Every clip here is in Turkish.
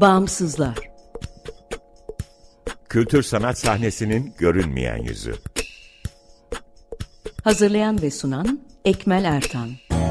Bağımsızlar. Kültür sanat sahnesinin görünmeyen yüzü. Hazırlayan ve sunan Ekmel Ertan.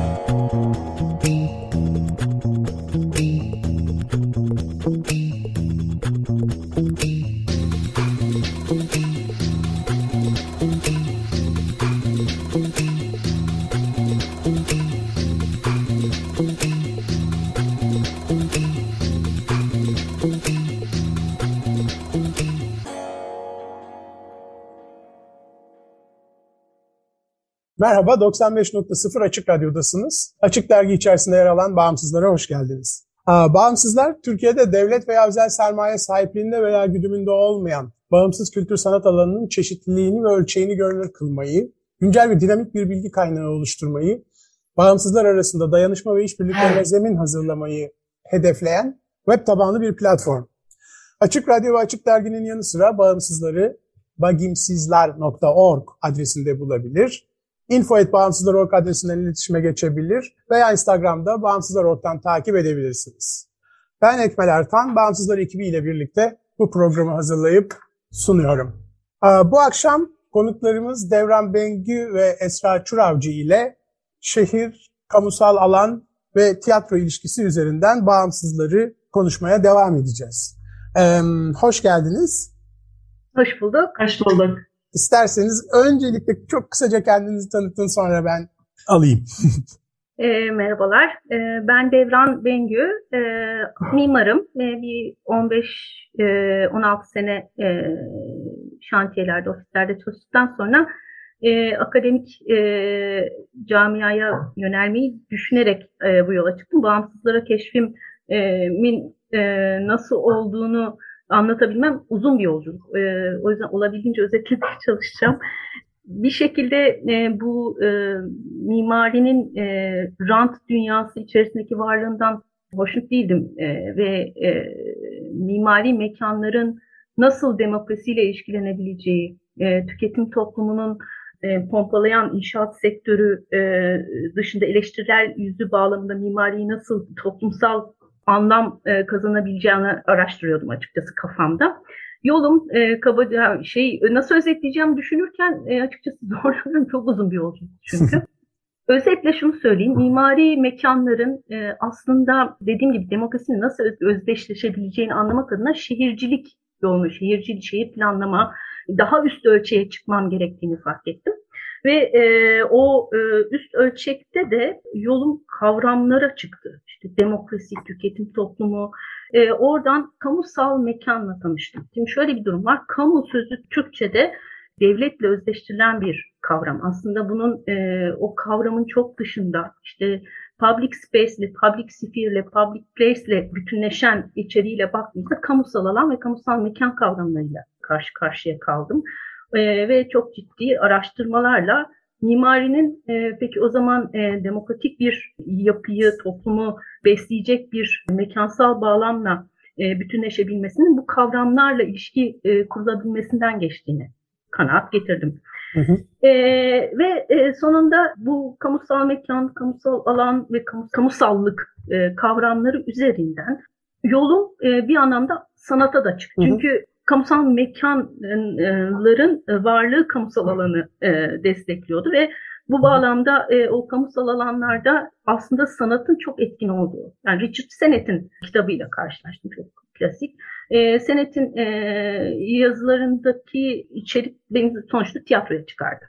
Merhaba, 95.0 Açık Radyo'dasınız. Açık Dergi içerisinde yer alan Bağımsızlar'a hoş geldiniz. Bağımsızlar, Türkiye'de devlet veya özel sermaye sahipliğinde veya güdümünde olmayan bağımsız kültür sanat alanının çeşitliliğini ve ölçeğini görünür kılmayı, güncel ve dinamik bir bilgi kaynağı oluşturmayı, bağımsızlar arasında dayanışma ve işbirliklerine zemin hazırlamayı hedefleyen web tabanlı bir platform. Açık Radyo ve Açık Dergi'nin yanı sıra bağımsızları bagimsizler.org adresinde bulabilir. info@bağımsızlar.org adresinden iletişime geçebilir veya Instagram'da Bağımsızlar.org'dan takip edebilirsiniz. Ben Ekmel Ertan, Bağımsızlar ekibiyle birlikte bu programı hazırlayıp sunuyorum. Bu akşam konuklarımız Devran Bengü ve Esra Çuravcı ile şehir, kamusal alan ve tiyatro ilişkisi üzerinden bağımsızları konuşmaya devam edeceğiz. Hoş geldiniz. Hoş bulduk. Hoş bulduk. İsterseniz öncelikle çok kısaca kendinizi tanıtın, sonra ben alayım. Merhabalar. Ben Devran Bengü. Mimarım. Bir 15-16 sene şantiyelerde, ofislerde çalıştıktan sonra akademik camiaya yönelmeyi düşünerek bu yola çıktım. Bağımsızlara keşfimin nasıl olduğunu anlatabilmem uzun bir yolculuk. O yüzden olabildiğince özetlemeye çalışacağım. Bir şekilde bu mimarinin rant dünyası içerisindeki varlığından hoşnut değildim. Ve mimari mekanların nasıl demokrasiyle ilişkilenebileceği, tüketim toplumunun pompalayan inşaat sektörü dışında eleştirel yüzü bağlamında mimariyi nasıl toplumsal anlam kazanabileceğini araştırıyordum açıkçası kafamda. Yolum kabaca nasıl özetleyeceğim düşünürken açıkçası zorlanıyorum. Çok uzun bir yolculuk çünkü. Özetle şunu söyleyeyim. Mimari mekanların aslında dediğim gibi demokrasinin nasıl özdeşleşebileceğini anlamak adına şehircilik yolunu, şehir planlama, daha üst ölçeğe çıkmam gerektiğini fark ettim. Ve o üst ölçekte de yolum kavramlara çıktı. İşte demokrasi, tüketim toplumu. Oradan kamusal mekanla tanıştım. Şimdi şöyle bir durum var. Kamu sözü Türkçe'de devletle özdeştirilen bir kavram. Aslında bunun o kavramın çok dışında işte public space ile, public sphere ile, public place ile bütünleşen içeriğiyle baktığımızda kamusal alan ve kamusal mekan kavramlarıyla karşı karşıya kaldım. Ve çok ciddi araştırmalarla mimarinin peki o zaman demokratik bir yapıyı, toplumu besleyecek bir mekansal bağlamla bütünleşebilmesinin bu kavramlarla ilişki kurulabilmesinden geçtiğini kanaat getirdim. Hı hı. Ve sonunda bu kamusal mekan, kamusal alan ve kamusallık kavramları üzerinden yolum bir anlamda sanata da çıktı. Hı hı. Çünkü kamusal mekanların varlığı kamusal alanı destekliyordu ve bu bağlamda o kamusal alanlarda aslında sanatın çok etkin olduğu. Yani Richard Sennett'in kitabıyla karşılaştım, çok klasik. Sennett'in yazılarındaki içerik beni sonuçta tiyatroya çıkardı.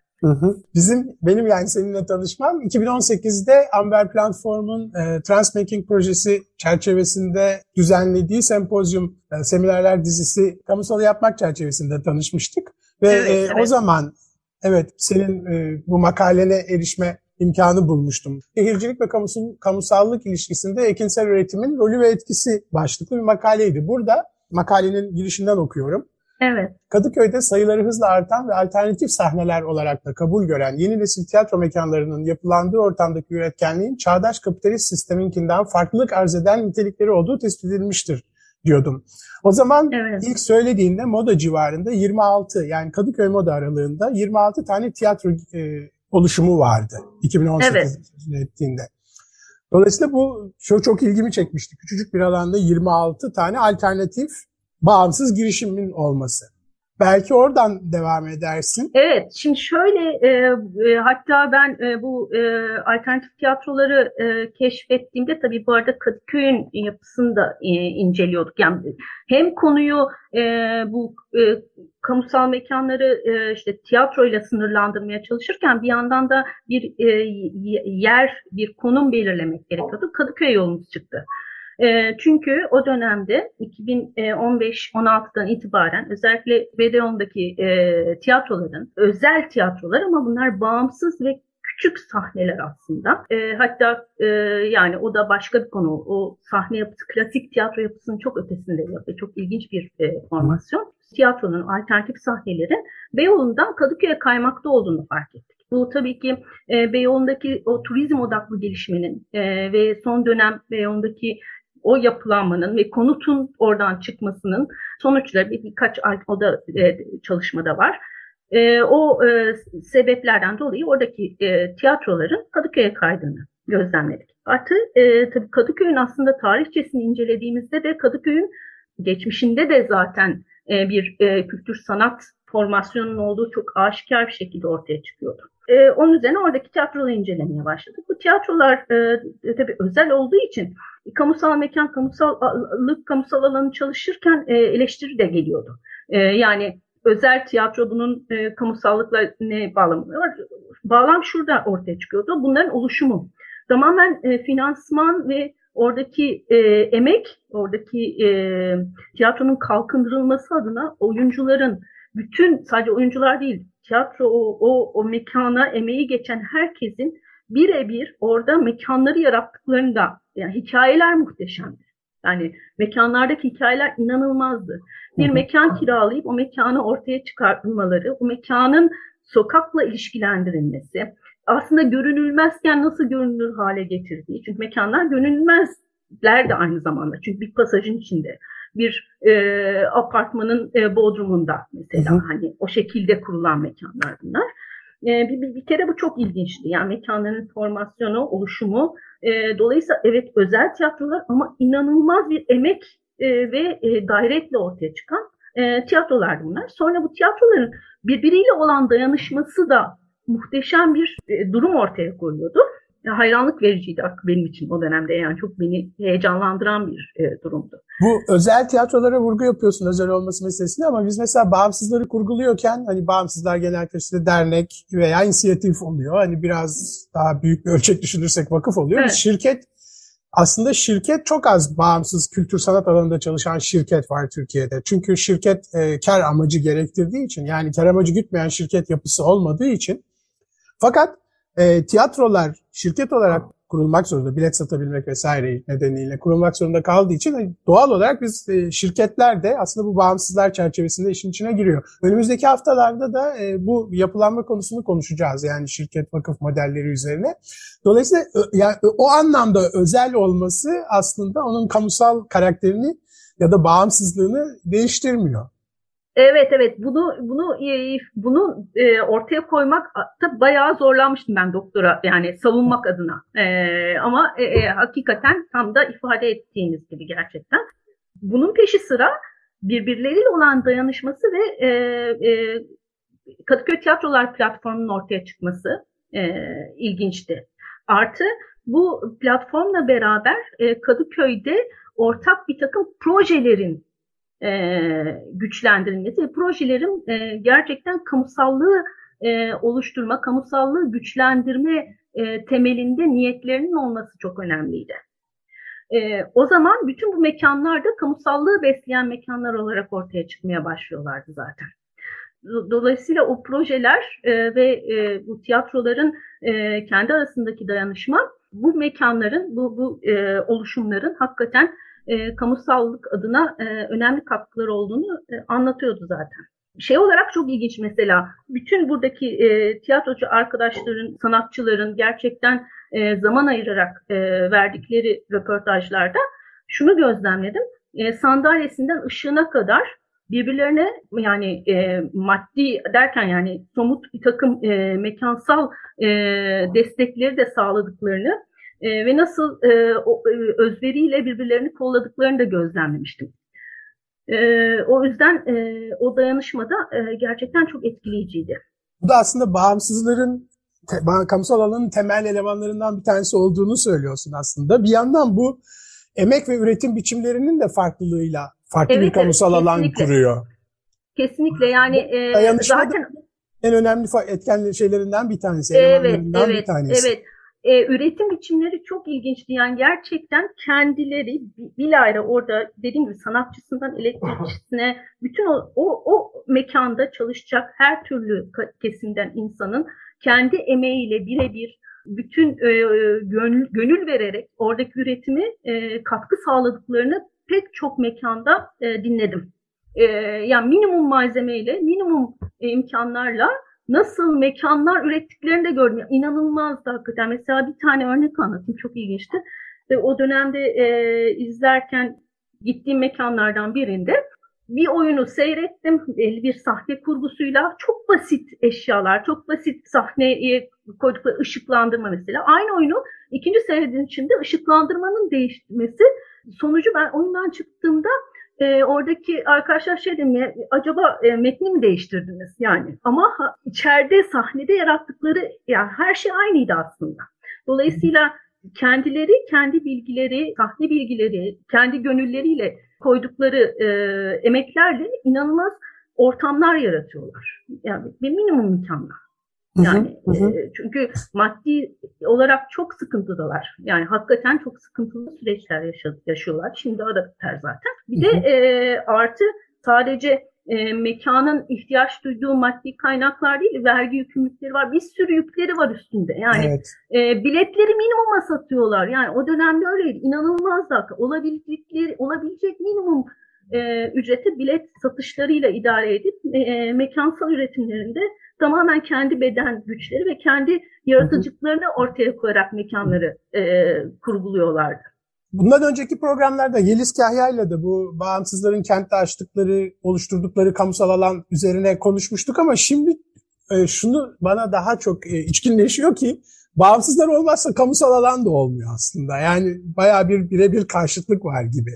Benim yani seninle tanışmam 2018'de Amber Platform'un Transmaking projesi çerçevesinde düzenlediği sempozyum, seminerler dizisi kamusal yapmak çerçevesinde tanışmıştık. Ve evet. O zaman senin bu makalene erişme imkanı bulmuştum. Şehircilik ve kamusallık ilişkisinde ekinsel üretimin rolü ve etkisi başlıklı bir makaleydi. Burada makalenin girişinden okuyorum. Evet. Kadıköy'de sayıları hızla artan ve alternatif sahneler olarak da kabul gören yeni nesil tiyatro mekanlarının yapılandığı ortamdaki üretkenliğin çağdaş kapitalist sisteminkinden farklılık arz eden nitelikleri olduğu tespit edilmiştir diyordum. O zaman ilk söylediğinde Moda civarında 26, yani Kadıköy Moda aralığında 26 tane tiyatro oluşumu vardı 2018 ettiğinde. Dolayısıyla bu çok ilgimi çekmişti. Küçücük bir alanda 26 tane alternatif bağımsız girişimin olması. Belki oradan devam edersin. Evet, şimdi şöyle hatta ben bu alternatif tiyatroları keşfettiğimde tabii bu arada Kadıköy'ün yapısını da inceliyorduk. Yani hem konuyu bu kamusal mekanları işte tiyatroyla sınırlandırmaya çalışırken bir yandan da bir yer, bir konum belirlemek gerekiyordu. Kadıköy yolumuz çıktı. Çünkü o dönemde 2015-16'dan itibaren özellikle Beyoğlu'ndaki tiyatroların, özel tiyatrolar ama bunlar bağımsız ve küçük sahneler aslında. Hatta yani o da başka bir konu. O sahne yapısı, klasik tiyatro yapısının çok ötesinde yapıyor. Çok ilginç bir formasyon. Tiyatronun alternatif sahnelerin Beyoğlu'ndan Kadıköy'e kaymakta olduğunu fark ettik. Bu tabii ki Beyoğlu'ndaki o turizm odaklı gelişmenin ve son dönem Beyoğlu'ndaki o yapılanmanın ve konutun oradan çıkmasının sonuçları birkaç o da çalışmada var. O sebeplerden dolayı oradaki tiyatroların Kadıköy'e kaydığını gözlemledik. Artı tabii Kadıköy'ün aslında tarihçesini incelediğimizde de Kadıköy'ün geçmişinde de zaten bir kültür sanat formasyonunun olduğu çok aşikar bir şekilde ortaya çıkıyordu. Onun üzerine oradaki tiyatroları incelemeye başladık. Bu tiyatrolar tabii özel olduğu için kamusal mekan, kamusal alanı çalışırken eleştiri de geliyordu. Yani özel tiyatro bunun kamusallıkla ne bağlamı var? Bağlam şurada ortaya çıkıyordu. Bunların oluşumu. Tamamen finansman ve oradaki emek, oradaki tiyatronun kalkındırılması adına oyuncuların, bütün sadece oyuncular değil, tiyatro o mekana emeği geçen herkesin birebir orada mekanları yarattıklarında, yani hikayeler muhteşemdi. Yani mekanlardaki hikayeler inanılmazdı. Bir mekan kiralayıp o mekanı ortaya çıkartmaları, o mekanın sokakla ilişkilendirilmesi, aslında görünülmezken nasıl görünür hale getirdiği. Çünkü mekanlar görünülmezler de aynı zamanda. Çünkü bir pasajın içinde, bir apartmanın bodrumunda mesela hani o şekilde kurulan mekanlar bunlar. Bir kere bu çok ilginçti. Yani mekanların formasyonu, oluşumu. Dolayısıyla evet özel tiyatrolar ama inanılmaz bir emek ve gayretle ortaya çıkan tiyatrolardı bunlar. Sonra bu tiyatroların birbiriyle olan dayanışması da muhteşem bir durum ortaya koyuyordu. Hayranlık vericiydi benim için o dönemde, yani çok beni heyecanlandıran bir durumdu. Bu özel tiyatrolara vurgu yapıyorsun özel olması meselesinde ama biz mesela bağımsızları kurguluyorken hani bağımsızlar genellikle işte dernek veya inisiyatif oluyor. Hani biraz daha büyük bir ölçek düşünürsek vakıf oluyor. Evet. Şirket çok az bağımsız kültür sanat alanında çalışan şirket var Türkiye'de. Çünkü şirket kar amacı gerektirdiği için, yani kar amacı gütmeyen şirket yapısı olmadığı için. Fakat tiyatrolar şirket olarak kurulmak zorunda, bilet satabilmek vesaire nedeniyle kurulmak zorunda kaldığı için doğal olarak biz şirketler de aslında bu bağımsızlar çerçevesinde işin içine giriyor. Önümüzdeki haftalarda da bu yapılanma konusunu konuşacağız, yani şirket vakıf modelleri üzerine. Dolayısıyla yani o anlamda özel olması aslında onun kamusal karakterini ya da bağımsızlığını değiştirmiyor. Evet, bunu ortaya koymak tabii bayağı zorlanmıştım ben doktora, yani savunmak adına. Ama hakikaten tam da ifade ettiğiniz gibi gerçekten. Bunun peşi sıra birbirleriyle olan dayanışması ve Kadıköy Tiyatrolar platformunun ortaya çıkması ilginçti. Artı bu platformla beraber Kadıköy'de ortak bir takım projelerin güçlendirilmesi ve projelerin gerçekten kamusallığı oluşturma, kamusallığı güçlendirme temelinde niyetlerinin olması çok önemliydi. O zaman bütün bu mekanlar da kamusallığı besleyen mekanlar olarak ortaya çıkmaya başlıyorlardı zaten. Dolayısıyla o projeler ve bu tiyatroların kendi arasındaki dayanışma bu mekanların, bu oluşumların hakikaten kamusallık adına önemli katkıları olduğunu anlatıyordu zaten. Şey olarak çok ilginç mesela, bütün buradaki tiyatrocu arkadaşların, sanatçıların gerçekten zaman ayırarak verdikleri röportajlarda şunu gözlemledim. Sandalyesinden ışığına kadar birbirlerine, yani maddi derken yani somut bir takım mekansal destekleri de sağladıklarını ve nasıl özveriyle birbirlerini kolladıklarını da gözlemlemiştim. O yüzden o dayanışmada gerçekten çok etkileyiciydi. Bu da aslında bağımsızların kamusal alanın temel elemanlarından bir tanesi olduğunu söylüyorsun aslında. Bir yandan bu emek ve üretim biçimlerinin de farklılığıyla farklı bir kamusal alan kuruyor. Kesinlikle yani dayanışma zaten en önemli etken şeylerinden bir tanesi, elemanlarından bir tanesi. Evet. Üretim biçimleri çok ilginçti. Yani gerçekten kendileri bilahare orada dediğim gibi sanatçısından elektrikçisine bütün o mekanda çalışacak her türlü kesimden insanın kendi emeğiyle birebir bütün gönül vererek oradaki üretimi katkı sağladıklarını pek çok mekanda dinledim. Yani minimum malzemeyle, minimum imkanlarla nasıl mekanlar ürettiklerini de gördüm. İnanılmazdı hakikaten. Mesela bir tane örnek anlatayım. Çok ilginçti. O dönemde izlerken gittiğim mekanlardan birinde bir oyunu seyrettim. Bir sahne kurgusuyla çok basit eşyalar, çok basit sahneye koydukları ışıklandırma mesela. Aynı oyunu ikinci seyredin içinde ışıklandırmanın değişmesi sonucu ben oyundan çıktığımda oradaki arkadaşlar şey dedim, acaba metni mi değiştirdiniz yani? Ama içeride sahnede yarattıkları yani her şey aynıydı aslında. Dolayısıyla kendileri, kendi bilgileri, sahne bilgileri, kendi gönülleriyle koydukları emeklerle inanılmaz ortamlar yaratıyorlar. Yani bir minimum imkanlar. Yani çünkü maddi olarak çok sıkıntıdalar. Yani hakikaten çok sıkıntılı süreçler yaşıyorlar. Şimdi o da biter zaten. Bir de artı sadece mekanın ihtiyaç duyduğu maddi kaynaklar değil, vergi yükümlülükleri var. Bir sürü yükleri var üstünde. Yani biletleri minimuma satıyorlar. Yani o dönemde öyleydi. İnanılmaz da olabilecek minimum ücreti bilet satışlarıyla idare edip mekansal üretimlerinde tamamen kendi beden güçleri ve kendi yaratıcılıklarını ortaya koyarak mekanları kurguluyorlardı. Bundan önceki programlarda Yeliz Kahya'yla da bu bağımsızların kentte açtıkları, oluşturdukları kamusal alan üzerine konuşmuştuk ama şimdi şunu bana daha çok içkinleşiyor ki bağımsızlar olmazsa kamusal alan da olmuyor aslında. Yani bayağı bir birebir karşıtlık var gibi.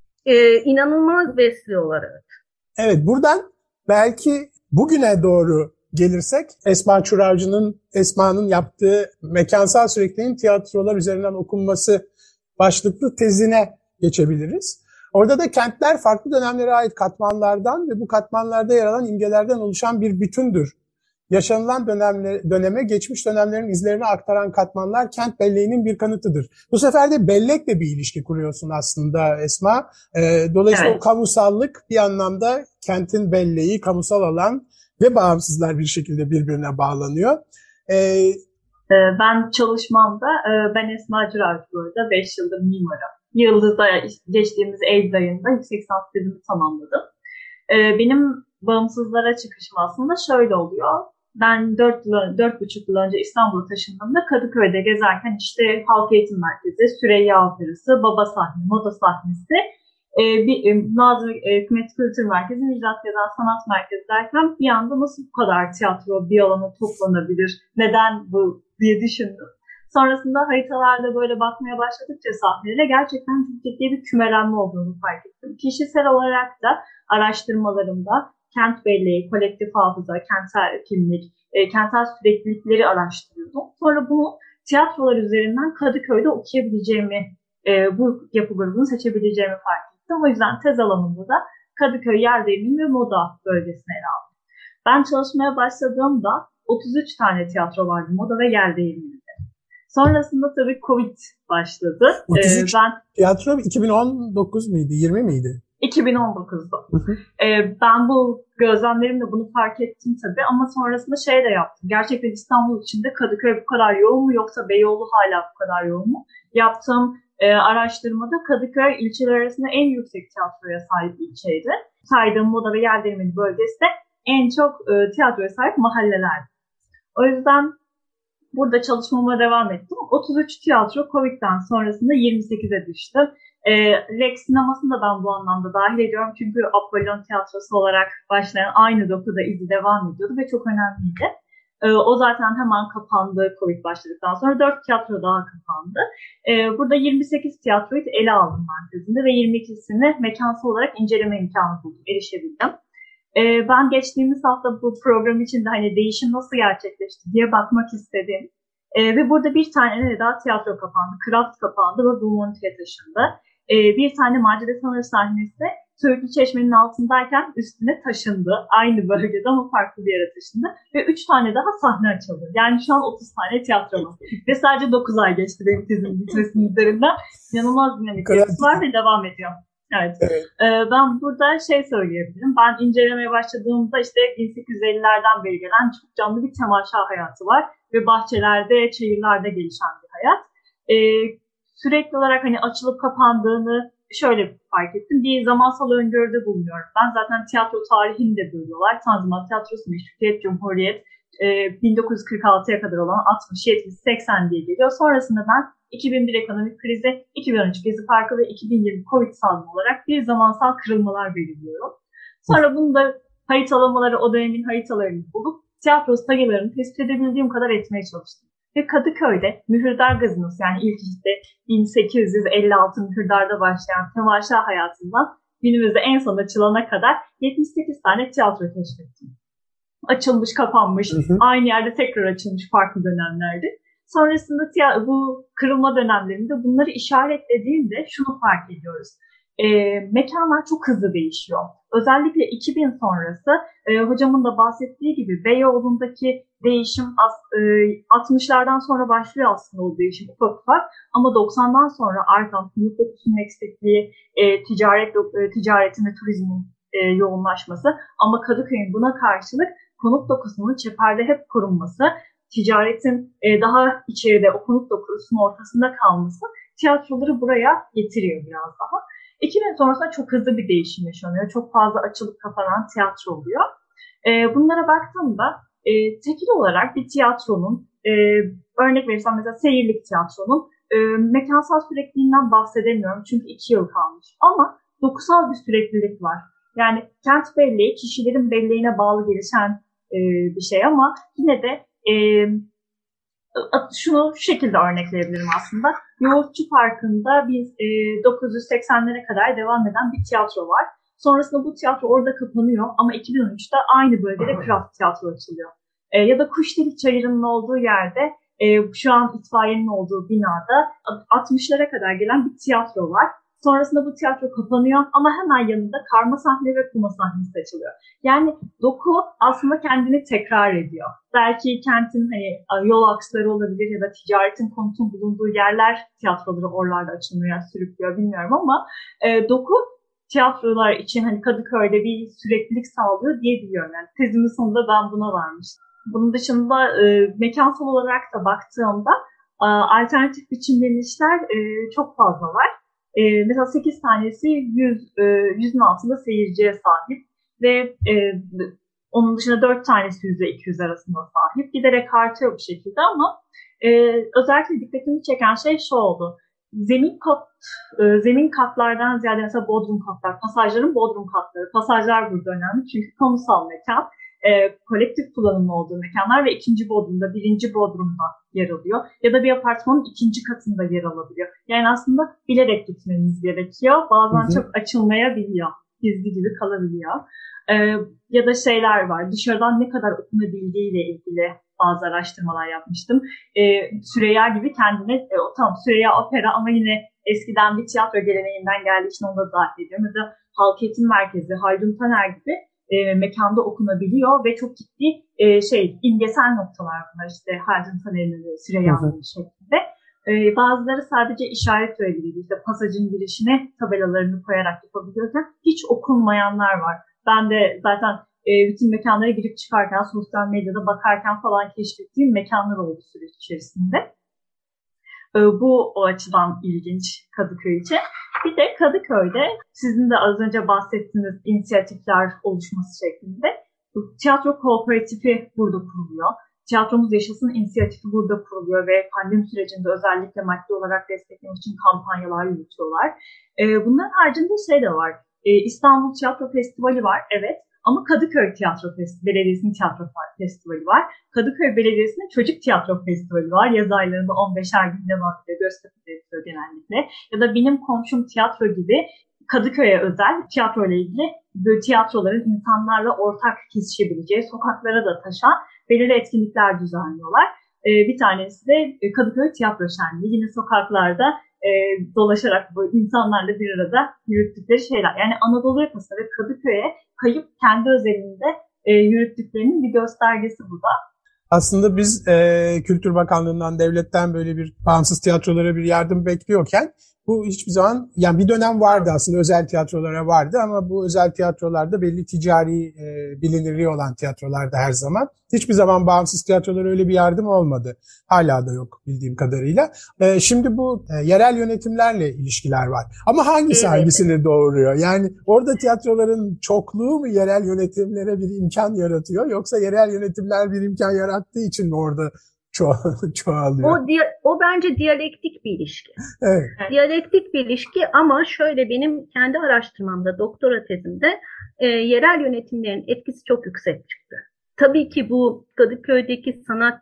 İnanılmaz besliyorlar. Evet, buradan belki bugüne doğru gelirsek Esma Esma'nın yaptığı mekansal sürekliliğin tiyatrolar üzerinden okunması başlıklı tezine geçebiliriz. Orada da kentler farklı dönemlere ait katmanlardan ve bu katmanlarda yer alan imgelerden oluşan bir bütündür. Yaşanılan döneme geçmiş dönemlerin izlerini aktaran katmanlar kent belleğinin bir kanıtıdır. Bu sefer de bellekle bir ilişki kuruyorsun aslında Esma. Dolayısıyla o kamusallık bir anlamda kentin belleği, kamusal alan ve bağımsızlar bir şekilde birbirine bağlanıyor. Ben çalışmamda, ben Esma Cırarcı bu arada 5 yıldır mimarım. Yıldız'da geçtiğimiz Eylül ayında yüksek lisans tezimi tamamladım. Benim bağımsızlara çıkışım aslında şöyle oluyor. Ben 4,5 yıl önce İstanbul'a taşındığımda Kadıköy'de gezerken işte Halk Eğitim Merkezi, Süreyya Operası, Baba Sahne, Moda Sahnesi, Nazım Hikmet Kültür Merkezi, Müjdat Gezen Sanat Merkezi derken bir anda nasıl bu kadar tiyatro bir alana toplanabilir, neden bu diye düşündüm. Sonrasında haritalarda böyle bakmaya başladıkça sahnelere gerçekten çok ciddi bir kümelenme olduğunu fark ettim. Kişisel olarak da araştırmalarımda kent belleği, kolektif hafıza, kentsel kimlik, kentsel süreklilikleri araştırıyordum. Sonra bunu tiyatrolar üzerinden Kadıköy'de okuyabileceğimi, bu yapı grubunu seçebileceğimi fark ettim. O yüzden tez alanımda da Kadıköy yer değirmeni ve moda bölgesine ele aldım. Ben çalışmaya başladığımda 33 tane tiyatro vardı moda ve yer değirmeninde. Sonrasında tabii Covid başladı. 33 tiyatro 2019 muydu, 20 miydi? 2019'da. Ben bu gözlemlerimle bunu fark ettim tabii ama sonrasında şey de yaptım. Gerçekten İstanbul içinde Kadıköy bu kadar yoğun mu yoksa Beyoğlu hala bu kadar yoğun mu? Yaptığım araştırmada Kadıköy ilçeler arasında en yüksek tiyatroya sahip ilçeydi. Saydığım moda ve yerlerimeli bölgesi de en çok tiyatroya sahip mahalleler. O yüzden burada çalışmama devam ettim. 33 tiyatro Covid'den sonrasında 28'e düştü. Rex sinemasını da ben bu anlamda dahil ediyorum. Çünkü Apollon tiyatrosu olarak başlayan aynı dokuda izi devam ediyordu ve çok önemliydi. O zaten hemen kapandı Covid başladıktan sonra. 4 tiyatro daha kapandı. Burada 28 tiyatroyu ele aldım ben tezimde ve 22'sini mekansal olarak inceleme imkanı buldum, erişebildim. Ben geçtiğimiz hafta bu program için de hani değişim nasıl gerçekleşti diye bakmak istedim. Ve burada bir tane daha tiyatro kapandı. Kraft kapandı ve Blue Monty'ye taşındı. Bir tane Macide Taner sahnesi Söğütlü Çeşme'nin altındayken üstüne taşındı. Aynı bölgede ama farklı bir yere taşındı. Ve 3 tane daha sahne açıldı. Yani şu an 30 tane tiyatro var. Ve sadece 9 ay geçti benim tezimin bitmesinin üzerinden. İnanılmaz dinamik var ve devam ediyor. Evet. Ben burada söyleyebilirim. Ben incelemeye başladığımda işte 1850'lerden beri gelen çok canlı bir temaşa hayatı var. Ve bahçelerde, çayırlarda gelişen bir hayat. Sürekli olarak hani açılıp kapandığını şöyle fark ettim. Bir zamansal öngörüde bulunuyorum. Ben zaten tiyatro tarihini de bölüyorlar. Tanzimat Tiyatrosu, Meşrutiyet, Cumhuriyet, 1946'ya kadar olan 60, 70, 80 diye geliyor. Sonrasında ben 2001 ekonomik krizi, 2013 Gezi Parkı ve 2020 Covid salgını olarak bir zamansal kırılmalar belirliyorum. Sonra bunu da haritalamaları, o dönemin haritalarını bulup tiyatro sayılarını tespit edebildiğim kadar etmeye çalıştım. Ve Kadıköy'de mühürdar gazinosu, yani ilk işte 1856 mühürdarda başlayan temaşa hayatından günümüzde en son açılana kadar 78 tane tiyatro keşfettim. Açılmış, kapanmış, aynı yerde tekrar açılmış farklı dönemlerde. Sonrasında bu kırılma dönemlerinde bunları işaretlediğimde şunu fark ediyoruz. Mekanlar çok hızlı değişiyor. Özellikle 2000 sonrası hocamın da bahsettiği gibi Beyoğlu'ndaki değişim 60'lardan sonra başlıyor aslında o değişim ufak ufak. Ama 90'dan sonra artan konut dokusunun eksikliği, ticaretin ve turizmin yoğunlaşması, ama Kadıköy'ün buna karşılık konut dokusunun çeperde hep korunması, ticaretin daha içeride o konut dokusunun ortasında kalması tiyatroları buraya getiriyor biraz daha. 2000 sonrasında çok hızlı bir değişim yaşanıyor. Çok fazla açılıp kapanan tiyatro oluyor. Bunlara baktığımda tekil olarak bir tiyatronun, örnek verirsem mesela seyirlik tiyatronun mekansal sürekliliğinden bahsedemiyorum. Çünkü 2 yıl kalmış. Ama dokusal bir süreklilik var. Yani kent belleği kişilerin belleğine bağlı gelişen bir şey, ama yine de şunu şu şekilde örnekleyebilirim aslında. Yoğurtçu Parkı'nda biz 980'lere kadar devam eden bir tiyatro var. Sonrasında bu tiyatro orada kapanıyor ama 2013'te aynı bölgede Kraft Tiyatro açılıyor. Ya da Kuşdelik Çayırı'nın olduğu yerde şu an itfaiyenin olduğu binada 60'lara kadar gelen bir tiyatro var. Sonrasında bu tiyatro kapanıyor ama hemen yanında karma sahne ve kuma sahnesi açılıyor. Yani doku aslında kendini tekrar ediyor. Belki kentin yol aksları olabilir ya da ticaretin, konutun bulunduğu yerler tiyatroları oralarda açılmaya sürüklüyor, bilmiyorum, ama doku tiyatrolar için Kadıköy'de bir süreklilik sağlıyor diyebiliyorum. Yani tezimin sonunda ben buna varmıştım. Bunun dışında mekansal olarak da baktığımda alternatif biçimlenişler çok fazla var. Mesela 8 tanesi 100'ün altında seyirciye sahip ve onun dışında 4 tanesi %200 arasında sahip. Giderek artıyor bu şekilde, ama özellikle dikkatimi çeken şey şu oldu. Zemin katlardan ziyade mesela bodrum katlar, pasajların bodrum katları. Pasajlar burada önemli çünkü kamusal mekan, kolektif kullanımlı olduğu mekanlar ve ikinci bodrumda, birinci bodrumda yer alıyor. Ya da bir apartmanın ikinci katında yer alabiliyor. Yani aslında bilerek gitmeniz gerekiyor. Bazen çok açılmayabiliyor. Gizli gibi kalabiliyor. Ya da şeyler var. Dışarıdan ne kadar okunabildiğiyle ilgili bazı araştırmalar yapmıştım. Süreyya gibi kendine, tamam Süreyya opera ama yine eskiden bir tiyatro geleneğinden geldiği için onu da dahil ediyorum. Ya da Halk Eğitim Merkezi, Haldun Taner gibi mekanda okunabiliyor ve çok ciddi imgesel noktalar bunlar. İşte Haldun Taner'in, Süreyya'nın şeklinde. Bazıları sadece işaret öğeleri, işte pasajın girişine tabelalarını koyarak yapabiliyorken hiç okunmayanlar var. Ben de zaten bütün mekanlara girip çıkarken, sosyal medyada bakarken falan keşfettiğim mekanlar oldu süreç içerisinde. Bu o açıdan ilginç Kadıköy için. Bir de Kadıköy'de sizin de az önce bahsettiğiniz inisiyatifler oluşması şeklinde tiyatro kooperatifi burada kuruluyor. Tiyatromuz Yaşasın inisiyatifi burada kuruluyor ve pandemi sürecinde özellikle maddi olarak desteklemek için kampanyalar yürütüyorlar. Bunların haricinde şey de var. İstanbul Tiyatro Festivali var, evet. Ama Kadıköy Belediyesi'nin tiyatro festivali var. Kadıköy Belediyesi'nin çocuk tiyatro festivali var. Yaz aylarında 15'er gün devam ediyor. Göztepe'de yapıyor genellikle. Ya da Benim Komşum Tiyatro gibi Kadıköy'e özel tiyatro ile ilgili böyle tiyatroların insanlarla ortak kesişebileceği, sokaklara da taşan belirli etkinlikler düzenliyorlar. Bir tanesi de Kadıköy Tiyatro Şenliği. Yine sokaklarda dolaşarak bu insanlarla bir arada yürüttükleri şeyler. Yani Anadolu yakasına ve Kadıköy'e kayıp kendi özelinde yürüttüklerinin bir göstergesi bu da. Aslında biz Kültür Bakanlığı'ndan, devletten böyle bir bağımsız tiyatrolara bir yardım bekliyorken bu hiçbir zaman, yani bir dönem vardı aslında, özel tiyatrolara vardı ama bu özel tiyatrolarda belli ticari bilinirliği olan tiyatrolarda her zaman. Hiçbir zaman bağımsız tiyatrolara öyle bir yardım olmadı. Hala da yok bildiğim kadarıyla. Şimdi bu yerel yönetimlerle ilişkiler var. Ama hangisi hangisini doğuruyor? Yani orada tiyatroların çokluğu mu yerel yönetimlere bir imkan yaratıyor? Yoksa yerel yönetimler bir imkan yarattığı için mi orada çoğalıyor? O bence diyalektik bir ilişki. Evet. Diyalektik bir ilişki ama şöyle, benim kendi araştırmamda, doktora tezimde yerel yönetimlerin etkisi çok yüksek çıktı. Tabii ki bu Kadıköy'deki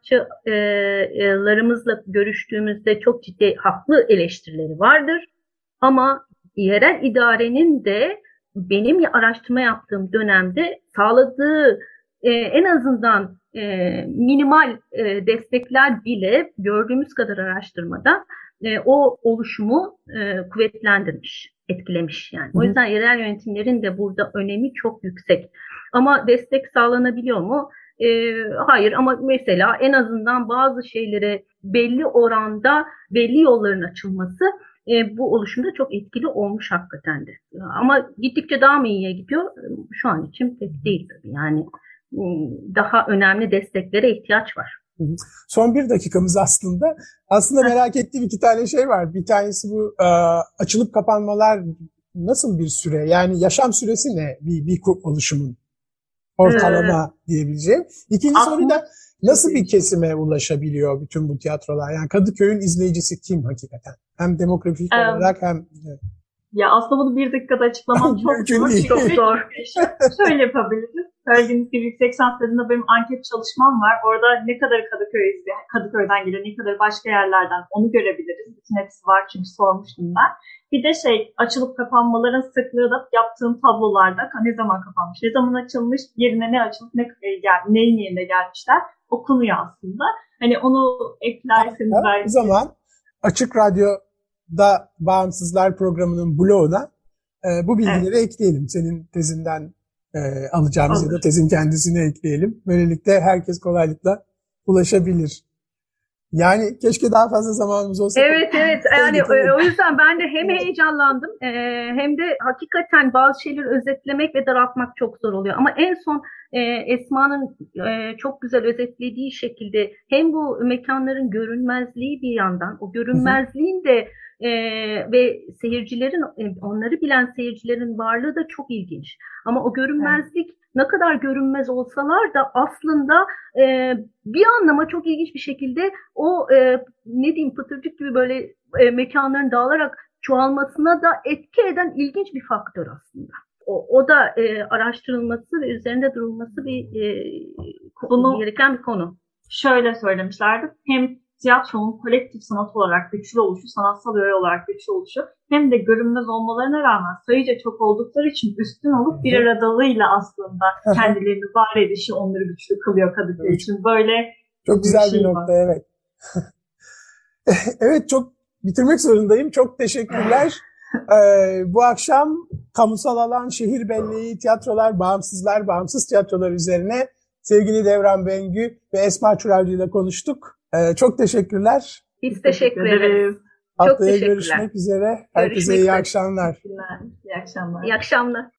sanatçılarımızla görüştüğümüzde çok ciddi haklı eleştirileri vardır. Ama yerel idarenin de benim araştırma yaptığım dönemde sağladığı en azından minimal destekler bile gördüğümüz kadar araştırmada o oluşumu kuvvetlendirmiş, etkilemiş yani. O yüzden yerel yönetimlerin de burada önemi çok yüksek. Ama destek sağlanabiliyor mu? Hayır, ama mesela en azından bazı şeylere belli oranda belli yolların açılması bu oluşumda çok etkili olmuş hakikaten de. Ama gittikçe daha mı iyiye gidiyor? Şu an için pek değil tabii yani. Daha önemli desteklere ihtiyaç var. Son 1 dakikamız aslında. Aslında merak ettiğim 2 tane şey var. Bir tanesi bu açılıp kapanmalar nasıl bir süre? Yani yaşam süresi ne bir oluşumun? Ortalama diyebileceğim. İkinci soru da nasıl bir kesime ulaşabiliyor bütün bu tiyatrolar? Yani Kadıköy'ün izleyicisi kim hakikaten? Hem demografik olarak hem... Ya aslında bunu 1 dakikada açıklamam çok zor. Çok zor. Şöyle yapabiliriz. Söylediğiniz gibi yüksek lisans tezinde benim anket çalışmam var. Orada ne kadar Kadıköy'den geliyor, ne kadar başka yerlerden onu görebiliriz. Bütün hepsi var çünkü sormuştum ben. Bir de açılıp kapanmaların sıklığı da yaptığım tablolarda ne zaman kapanmış, ne zaman açılmış, yerine ne açılıp neyin yerine gelmişler okunuyor aslında. Hani onu eklerseniz belki. O zaman Açık Radyo'da Bağımsızlar programının bloguna bu bilgileri ekleyelim. Senin tezinden alacağımız ya da tezin kendisini ekleyelim. Böylelikle herkes kolaylıkla ulaşabilir. Yani keşke daha fazla zamanımız olsa. Evet. Yani o yüzden ben de hem heyecanlandım hem de hakikaten bazı şeyleri özetlemek ve daraltmak çok zor oluyor. Ama en son Esma'nın çok güzel özetlediği şekilde hem bu mekanların görünmezliği bir yandan, o görünmezliğin de ve seyircilerin, onları bilen seyircilerin varlığı da çok ilginç. Ama o görünmezlik ne kadar görünmez olsalar da aslında bir anlama çok ilginç bir şekilde o pıtırcık gibi böyle mekanların dağılarak çoğalmasına da etki eden ilginç bir faktör aslında. O da araştırılması ve üzerinde durulması gereken bir konu. Şöyle söylemişlerdi. Hem tiyatronun kolektif sanat olarak güçlü oluşu, sanatsal öğe olarak güçlü oluşu hem de görünmez olmalarına rağmen sayıca çok oldukları için üstün olup bir aradalığıyla aslında kendilerini var edişi onları güçlü kılıyor Kadıköy için. Böyle çok güzel bir nokta, evet. Evet, çok bitirmek zorundayım. Çok teşekkürler. Bu akşam kamusal alan, şehir belleği, tiyatrolar, bağımsız tiyatrolar üzerine sevgili Devran Bengü ve Esma Çuralcı ile konuştuk. Çok teşekkürler. Biz teşekkür ederiz. Haftaya görüşmek üzere. Herkese iyi akşamlar. İyi akşamlar. İyi akşamlar.